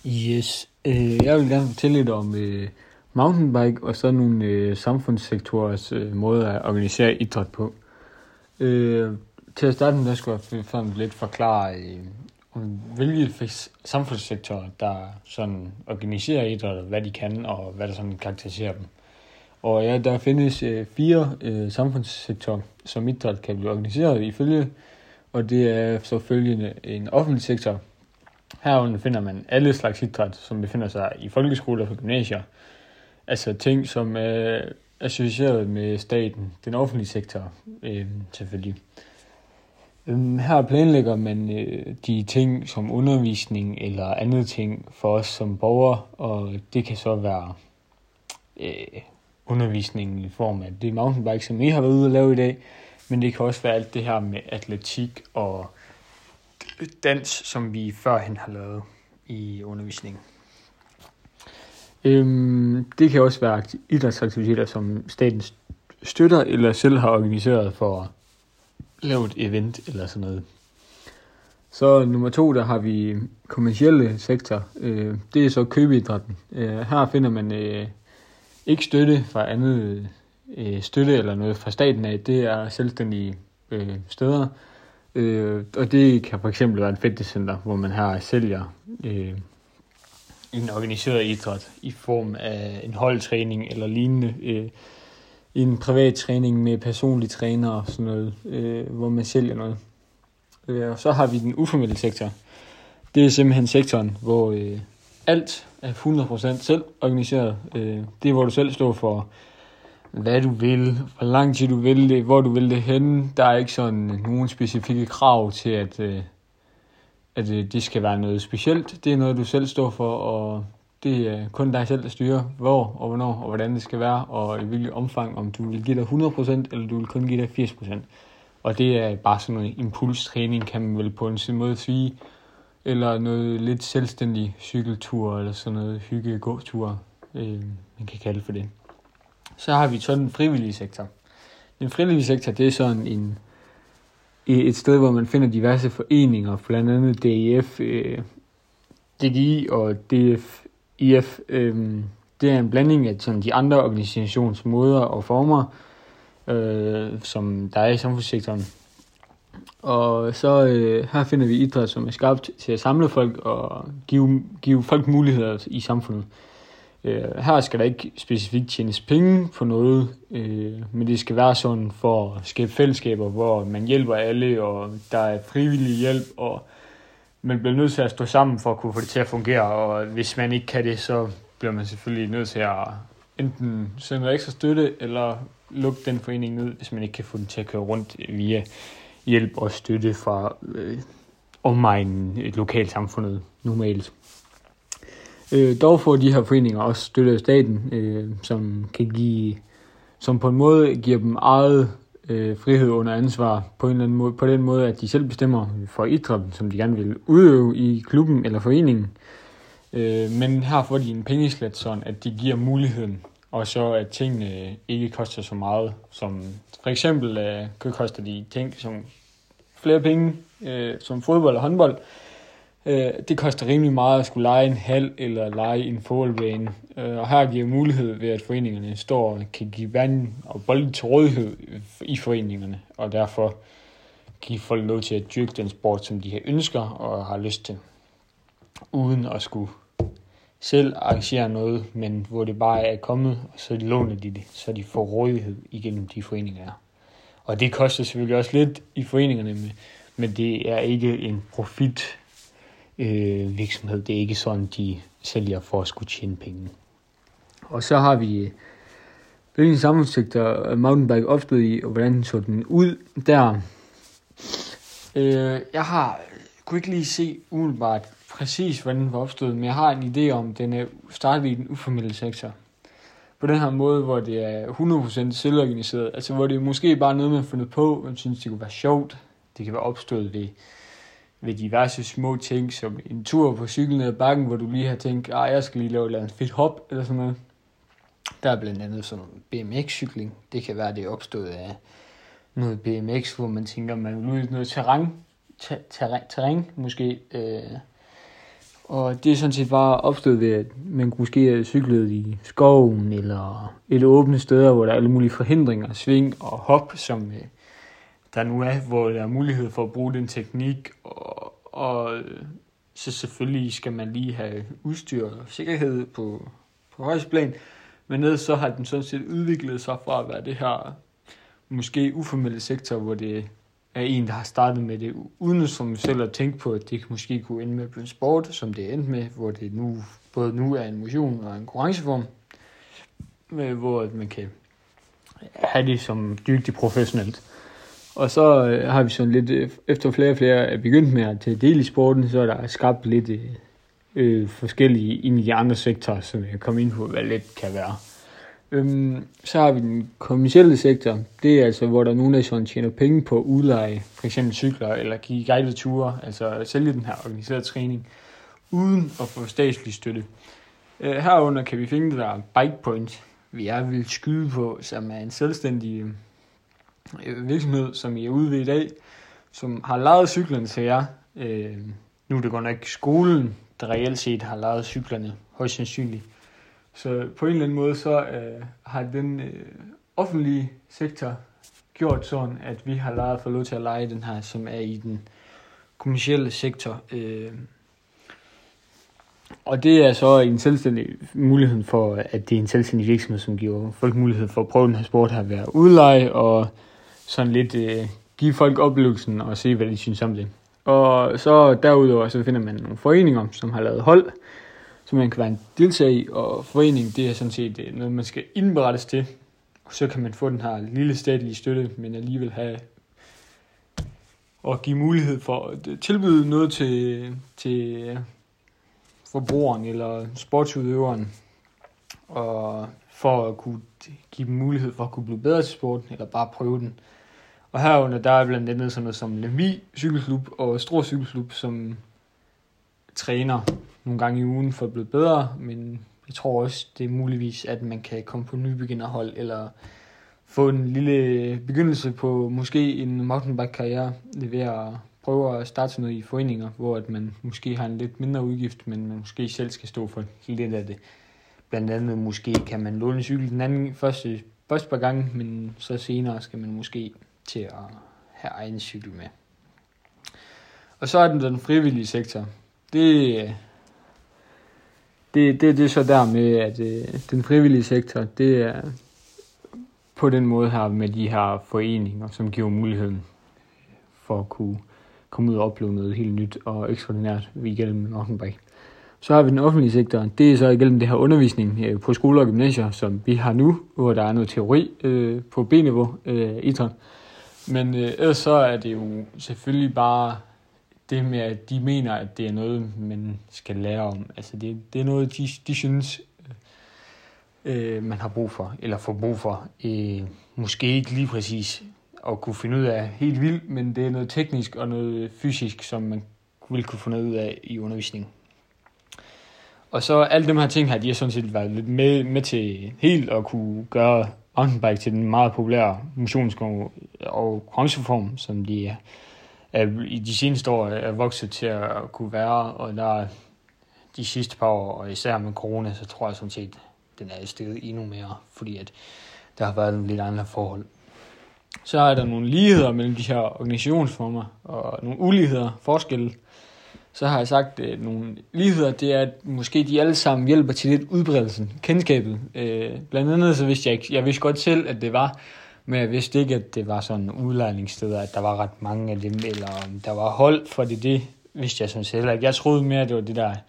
Yes, jeg vil gerne fortælle lidt om mountainbike og så nogle samfundssektorers måde at organisere idræt på. Til at starte med, der skulle jeg sådan lidt forklare, om hvilke samfundssektorer, der sådan organiserer idræt, og hvad de kan, og hvad der sådan karakteriserer dem. Og ja, der findes 4 samfundssektorer, som idræt kan blive organiseret ifølge, og det er så følgende: en offentlig sektor. Herunder finder man alle slags idræt, som befinder sig i folkeskoler og gymnasier. Altså ting, som er associeret med staten, den offentlige sektor, selvfølgelig. Her planlægger man de ting som undervisning eller andet ting for os som borgere, og det kan så være undervisning i form af det mountainbike, som I har været ude at lave i dag, men det kan også være alt det her med atletik og dans, som vi førhen har lavet i undervisningen. Det kan også være idrætsaktiviteter, som staten støtter eller selv har organiseret for at lave et event eller sådan noget. Så nummer 2, der har vi kommercielle sektor. Det er så købeidrætten. Her finder man ikke støtte fra andet støtte eller noget fra staten af. Det er selvstændige steder. Og det kan for eksempel være et fitnesscenter, hvor man her sælger en organiseret idræt i form af en holdtræning eller lignende, en privat træning med personlig træner og sådan noget, hvor man sælger noget. Og så har vi den uformelle sektor. Det er simpelthen sektoren, hvor alt er 100% selv organiseret. Det er, hvor du selv står for, hvad du vil, hvor lang tid du vil det, hvor du vil det henne. Der er ikke sådan nogen specifikke krav til, at det skal være noget specielt. Det er noget, du selv står for, og det er kun dig selv, der styrer, hvor og hvornår og hvordan det skal være, og i hvilket omfang, om du vil give dig 100%, eller du vil kun give dig 80%. Og det er bare sådan noget impulstræning, kan man vel på en måde sige, eller noget lidt selvstændig cykeltur, eller sådan noget hygge-gåtur, man kan kalde for det. Så har vi sådan den frivillige sektor. Den frivillige sektor, det er sådan et sted, hvor man finder diverse foreninger, blandt andet DIF, DGI og DFIF. Det er en blanding af sådan de andre organisationsmåder og former, som der er i samfundssektoren. Og så her finder vi idræt, som er skabt til at samle folk og give folk muligheder i samfundet. Her skal der ikke specifikt tjenes penge på noget, men det skal være sådan for at skabe fællesskaber, hvor man hjælper alle, og der er frivillig hjælp, og man bliver nødt til at stå sammen for at kunne få det til at fungere, og hvis man ikke kan det, så bliver man selvfølgelig nødt til at enten sende noget ekstra støtte, eller lukke den forening ned, hvis man ikke kan få den til at køre rundt via hjælp og støtte fra omegnen, lokalsamfundet normalt. Dog får de her foreninger også støtte af staten, som på en måde giver dem eget frihed under ansvar på en eller anden måde, på den måde, at de selv bestemmer for idrætten, som de gerne vil udøve i klubben eller foreningen. Men her får de en pengeslat, sådan at de giver muligheden, og så at tingene ikke koster så meget, som for eksempel koster de ting som flere penge, som fodbold og håndbold. Det koster rimelig meget at skulle leje en hal eller leje en fodboldbane. Og her giver mulighed ved, at foreningerne står og kan give vand og bolde til rådighed i foreningerne. Og derfor give folk lov til at dyrke den sport, som de har ønsker og har lyst til. Uden at skulle selv arrangere noget, men hvor det bare er kommet, og så låner de det, så de får rådighed igennem de foreninger. Og det koster selvfølgelig også lidt i foreningerne, men det er ikke en profit virksomhed. Det er ikke sådan, de sælger for at skulle tjene penge. Og så har vi hvilken samfundssektor mountainbike opstod i, og hvordan så den ud der. Jeg kunne ikke lige se umiddelbart præcis, hvordan den var opstået, men jeg har en idé om, at den er startet i den uformelle sektor. På den her måde, hvor det er 100% selvorganiseret, altså hvor det er måske bare noget, man har fundet på, man synes, det kunne være sjovt. Det kan være opstået ved diverse små ting, som en tur på cyklen ned ad bakken, hvor du lige har tænkt, jeg skal lige lave et fedt hop, eller sådan noget. Der er blandt andet sådan noget BMX-cykling. Det kan være, det er opstået af noget BMX, hvor man tænker, man vil ud i noget terræn måske, Og det er sådan set bare opstået ved, at man måske have cyklet i skoven, eller et åbent steder, hvor der er alle mulige forhindringer, sving og hop, som der nu er, hvor der er mulighed for at bruge den teknik, og så selvfølgelig skal man lige have udstyr og sikkerhed på højeste plan, men ellers så har den sådan set udviklet sig fra at være det her måske uformelle sektor, hvor det er en, der har startet med det, uden som selv at tænke på, at det måske kunne ende med at blive en sport, som det endte med, hvor det både nu er en motion og en konkurrenceform, hvor man kan have det som dygtig professionelt. Og så har vi sådan lidt, efter flere og flere er begyndt med at tage del i sporten, så er der skabt lidt forskellige ind i de andre sektorer, som jeg kommer ind på, hvad lidt kan være. Så har vi den kommercielle sektor. Det er altså, hvor der er nogen, der sådan tjener penge på at udleje for eksempel cykler eller give guidede ture, altså sælge den her organiserede træning, uden at få statslig støtte. Herunder kan vi finde det der Bike Point, vi vil skyde på, som er en selvstændig virksomhed, som I er ude ved i dag, som har lejet cyklerne til jer. Nu er det godt nok skolen, der reelt set har lejet cyklerne, højst sandsynligt. Så på en eller anden måde, så har den offentlige sektor gjort sådan, at vi har fået lov til at leje den her, som er i den kommercielle sektor. Og det er så en selvstændig mulighed for, at det er en selvstændig virksomhed, som giver folk mulighed for at prøve den her sport her ved at udleje, og sådan lidt give folk oplevelsen og se, hvad de synes om det. Og så derudover, så finder man nogle foreninger, som har lavet hold, som man kan være en deltager i, og forening, det er sådan set noget, man skal indberettes til, og så kan man få den her lille statlige støtte, men alligevel have og give mulighed for at tilbyde noget til forbrugeren eller sportsudøveren, og for at kunne give dem mulighed for at kunne blive bedre til sporten, eller bare prøve den. Og herunder, der er blandt andet sådan noget som Lemvig Cykelklub og Stor Cykelklub, som træner nogle gange i ugen for at blive bedre, men jeg tror også, det er muligvis, at man kan komme på nybegynderhold, eller få en lille begyndelse på måske en mountainbike-karriere ved at prøve at starte noget i foreninger, hvor at man måske har en lidt mindre udgift, men man måske selv skal stå for lidt af det. Blandt andet måske kan man låne cykel den anden første par gange, men så senere skal man måske til at have egen cykel med. Og så er den frivillige sektor. Det er så der med, at den frivillige sektor, det er på den måde her med de her foreninger, som giver muligheden for at kunne komme ud og opleve noget helt nyt og ekstraordinært igennem mountainbike. Så har vi den offentlige sektor. Det er så igennem det her undervisning på skoler og gymnasier, som vi har nu, hvor der er noget teori på B-niveau idræt. Men ellers så er det jo selvfølgelig bare det med, at de mener, at det er noget, man skal lære om. Altså det er noget, de synes, man har brug for, eller får brug for. Måske ikke lige præcis at kunne finde ud af helt vildt, men det er noget teknisk og noget fysisk, som man vil kunne finde ud af i undervisningen. Og så alle de her ting her, de har sådan set været lidt med til helt at kunne gøre mountainbike til den meget populære motions- og konkurrenceform, som de i de seneste år er vokset til at kunne være, og der de sidste par år, og især med corona, så tror jeg sådan set, den er steget endnu mere, fordi at der har været lidt andre forhold. Så er der nogle ligheder mellem de her organisationsformer, og nogle uligheder, forskelle. Så har jeg sagt, at nogle ligheder, det er, at måske de alle sammen hjælper til lidt udbredelsen, kendskabet. Blandt andet så vidste jeg vidste godt selv, at det var, men jeg vidste ikke, at det var sådan udlejningssteder, at der var ret mange af dem, eller om der var hold for det vidste jeg sådan set heller ikke. Jeg troede mere, at det var det der,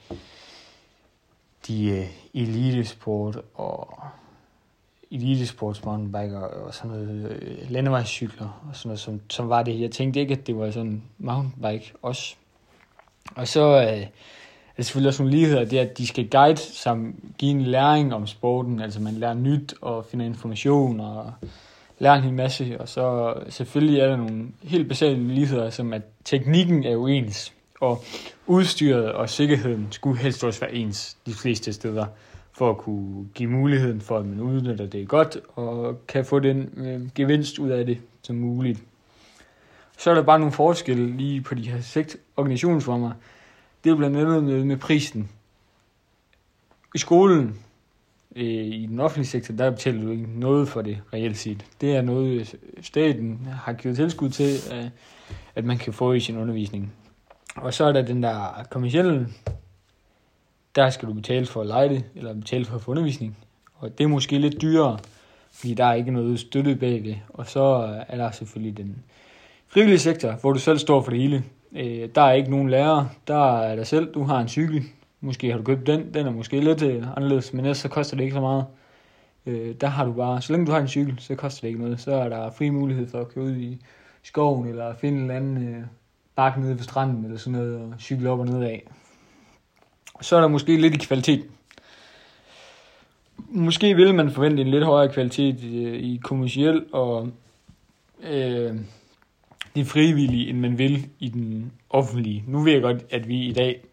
de elitesport og elitesports mountainbiker og sådan noget landevejscykler og sådan noget, som var det. Jeg tænkte ikke, at det var sådan mountainbike også. Og så er det selvfølgelig også nogle ligheder, det er, at de skal guide samt give en læring om sporten, altså man lærer nyt og finder information og lærer en hel masse, og så selvfølgelig er der nogle helt basale ligheder, som at teknikken er jo ens, og udstyret og sikkerheden skulle helst også være ens de fleste steder, for at kunne give muligheden for, at man udnytter det godt, og kan få den gevinst ud af det som muligt. Så er der bare nogle forskelle lige på de her organisationsformer. det er blandt andet noget med prisen. I skolen, i den offentlige sektor, der betaler du ikke noget for det reelt set. Det er noget, staten har givet tilskud til, at man kan få i sin undervisning. Og så er der den der kommercielle, der skal du betale for at lege det, eller betale for at få undervisning. Og det er måske lidt dyrere, fordi der er ikke noget støtte bagved. Og så er der selvfølgelig den frivillige sektor, hvor du selv står for det hele. Der er ikke nogen lærer, der er dig selv, du har en cykel. Måske har du købt den er måske lidt anderledes, men ellers så koster det ikke så meget. Der har du bare, så længe du har en cykel, så koster det ikke noget. Så er der fri mulighed for at køre ud i skoven, eller finde en eller anden bakke nede ved stranden, eller sådan noget, og cykle op og ned af. Så er der måske lidt i kvalitet. Måske vil man forvente en lidt højere kvalitet i kommerciel og det frivillige, end man vil i den offentlige. Nu ved jeg godt, at vi i dag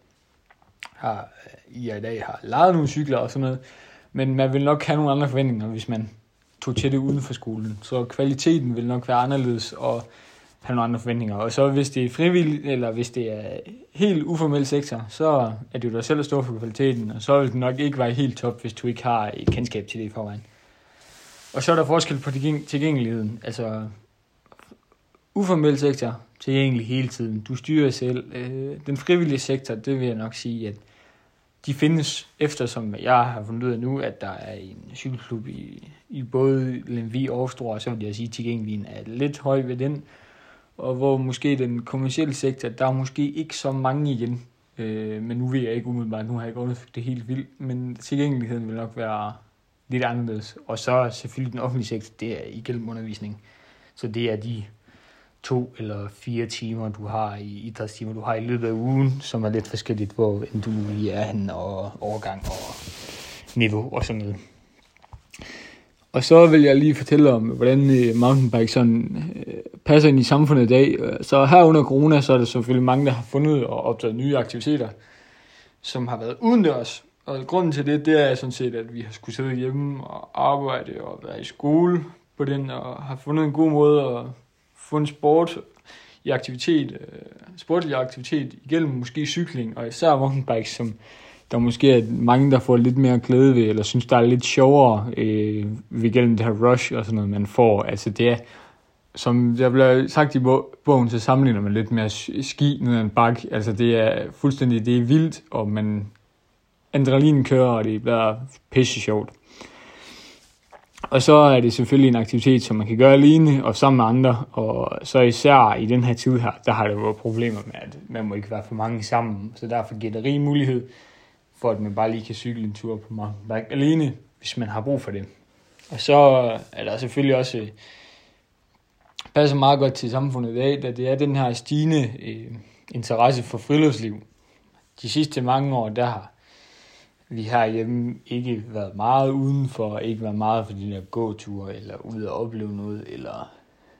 har lejet nogle cykler og sådan noget, men man vil nok have nogle andre forventninger, hvis man tog til det uden for skolen. Så kvaliteten vil nok være anderledes og have nogle andre forventninger. Og så hvis det er frivilligt, eller hvis det er helt uformel sektor, så er det jo dig selv at stå for kvaliteten, og så vil det nok ikke være helt top, hvis du ikke har et kendskab til det i forvejen. Og så er der forskel på tilgængeligheden. Altså uformel sektor, tilgængelig hele tiden. Du styrer selv. Den frivillige sektor, det vil jeg nok sige, at de findes, eftersom jeg har fundet ud af nu, at der er en cykelklub i både Lemvig og Struer, så vil jeg sige, at tilgængeligheden er lidt høj ved den. Og hvor måske den kommercielle sektor, der er måske ikke så mange igen. Men nu ved jeg ikke umiddelbart, nu har jeg ikke undersøgt det helt vildt, men tilgængeligheden vil nok være lidt anderledes. Og så selvfølgelig den offentlige sektor, det er igennem undervisning. Så det er de 2 eller 4 timer, du har i idrætstimer, du har i løbet af ugen, som er lidt forskelligt, hvor du er henne, og overgang og niveau og sådan noget. Og så vil jeg lige fortælle om, hvordan mountainbike sådan passer ind i samfundet i dag. Så her under corona, så er der selvfølgelig mange, der har fundet og opdaget nye aktiviteter, som har været udendørs. Og grunden til det er sådan set, at vi har skulle sidde hjemme og arbejde og være i skole på den, og har fundet en god måde at få en sportlig aktivitet igennem måske cykling, og især mountainbikes, som der måske er mange, der får lidt mere glæde ved, eller synes, der er lidt sjovere ved gennem det her rush og sådan noget, man får. Altså det er, som der bliver sagt i bogen, så sammenligner man lidt med at ski ned ad en bakke. Altså det er fuldstændig, det er vildt, og adrenalin kører, og det bliver pisse sjovt. Og så er det selvfølgelig en aktivitet, som man kan gøre alene og sammen med andre. Og så især i den her tid her, der har der været problemer med, at man må ikke være for mange sammen. Så derfor giver det rig mulighed for, at man bare lige kan cykle en tur på mountainbike alene, hvis man har brug for det. Og så er der selvfølgelig også passer meget godt til samfundet i dag, da det er den her stigende interesse for friluftsliv. De sidste mange år, der har vi herhjemme ikke været meget udenfor, ikke været meget for de der gåture, eller ud og opleve noget, eller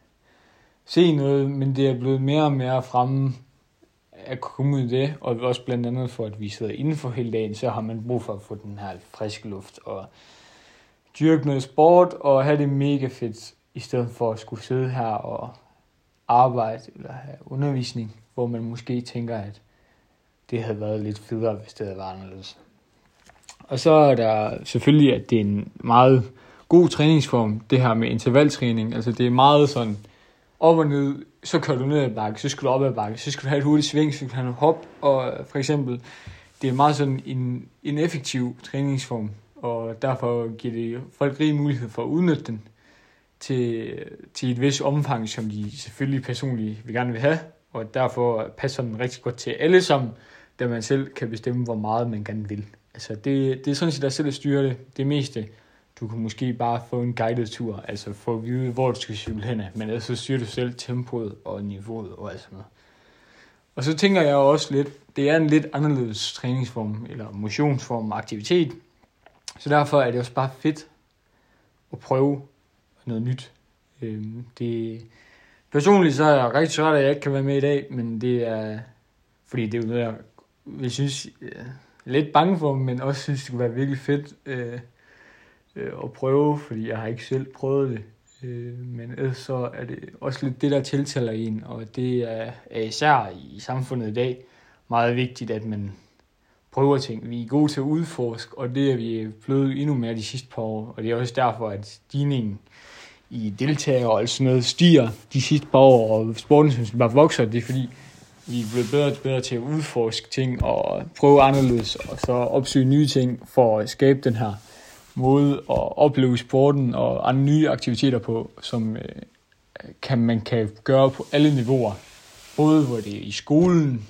se noget, men det er blevet mere og mere fremme at komme ud i det, og også blandt andet for, at vi sidder indenfor hele dagen, så har man brug for at få den her friske luft, og dyrke noget sport, og have det mega fedt, i stedet for at skulle sidde her og arbejde, eller have undervisning, hvor man måske tænker, at det havde været lidt federe, hvis det havde været anderledes. Og så er der selvfølgelig, at det er en meget god træningsform, det her med intervaltræning. Altså det er meget sådan op og ned, så kører du ned ad bakke, så skal du op ad bakke, så skal du have et hurtigt sving, så skal du have noget hop. Og for eksempel, det er meget sådan en effektiv træningsform, og derfor giver det folk rig mulighed for at udnytte den til et vis omfang, som de selvfølgelig personligt vil gerne vil have. Og derfor passer den rigtig godt til alle sammen, da man selv kan bestemme, hvor meget man gerne vil. Altså det er sådan set dig selv at styre det meste. Du kan måske bare få en guided tur, altså få at vide, hvor du skal cykle hen, men ellers så styrer du selv tempoet og niveauet og alt sådan noget. Og så tænker jeg også lidt, det er en lidt anderledes træningsform, eller motionsform, aktivitet. Så derfor er det også bare fedt at prøve noget nyt. Personligt så er jeg rigtig træt, at jeg ikke kan være med i dag, men det er, fordi det er jo noget, jeg synes, lidt bange for, men også synes, det kunne være virkelig fedt at prøve, fordi jeg har ikke selv prøvet det. Men ellers så er det også lidt det, der tiltaler en, og det er især i samfundet i dag meget vigtigt, at man prøver ting. Vi er gode til at udforske, og det er vi blevet endnu mere de sidste par år. Og det er også derfor, at stigningen i deltagere og sådan noget stiger de sidste par år, og sporten synes jeg bare vokser. Det er fordi, vi er blevet bedre og bedre til at udforske ting og prøve anderledes, og så opsøge nye ting for at skabe den her måde at opleve sporten og andre nye aktiviteter på, som man kan gøre på alle niveauer. Både hvor det er i skolen,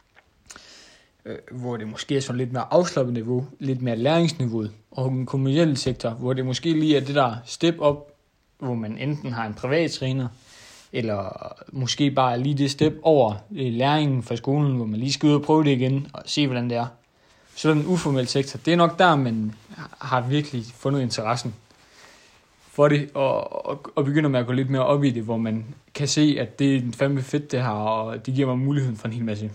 hvor det måske er sådan lidt mere afslappet niveau, lidt mere læringsniveau, og den kommercielle sektor, hvor det måske lige er det der step op, hvor man enten har en privat træner, eller måske bare lige det step over læringen fra skolen, hvor man lige skal ud og prøve det igen, og se hvordan det er. Så den uformelle sektor, det er nok der, man har virkelig fundet interessen for det, og begynder med at gå lidt mere op i det, hvor man kan se, at det er fandme fedt det her, og det giver mig muligheden for en hel masse.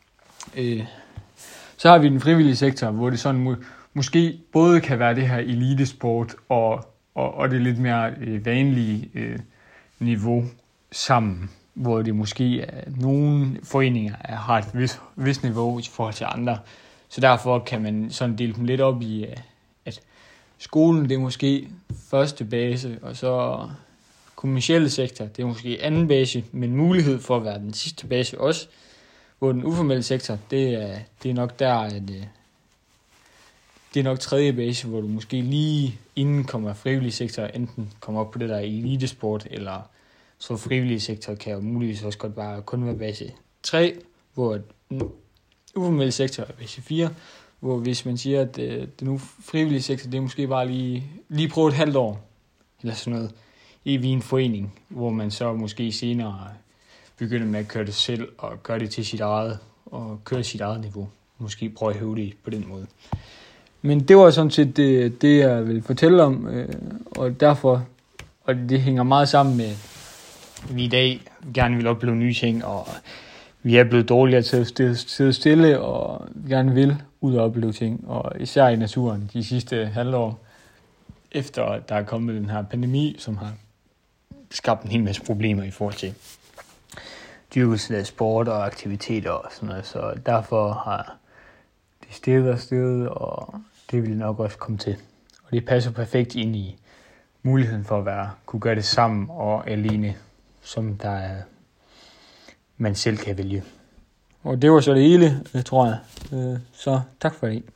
Så har vi den frivillige sektor, hvor det sådan måske både kan være det her elitesport, og det lidt mere vanlige niveau sammen, hvor det måske er nogle foreninger har et vis niveau i forhold til andre. Så derfor kan man sådan dele dem lidt op i, at skolen det er måske første base, og så kommercielle sektor det er måske anden base, men mulighed for at være den sidste base også. Hvor den uformelle sektor, det er nok der, at det er nok tredje base, hvor du måske lige inden kommer frivillig sektor, enten kommer op på det der elitesport, eller så frivillig sektor kan jo muligvis også godt bare kun være base 3, hvor den uformelle sektor er base 4, hvor hvis man siger, at den frivillige sektor, det er måske bare lige prøve et halvt år, eller sådan noget, i en forening, hvor man så måske senere begynder med at køre det selv, og gøre det til sit eget, og køre sit eget niveau. Måske prøve at hæve det på den måde. Men det var sådan set det jeg vil fortælle om, og derfor, og det hænger meget sammen med, at vi i dag gerne vil opleve nye ting, og vi er blevet dårligere til at sidde stille, og gerne vil ud og opleve ting, og især i naturen de sidste halvår, efter der er kommet den her pandemi, som har skabt en hel masse problemer i forhold til dyrkelse af sport og aktiviteter og sådan noget, så derfor har det steget, og det vil nok også komme til. Og det passer perfekt ind i muligheden for at kunne gøre det sammen og alene, som man selv kan vælge. Og det var så det hele, tror jeg. Så tak for det.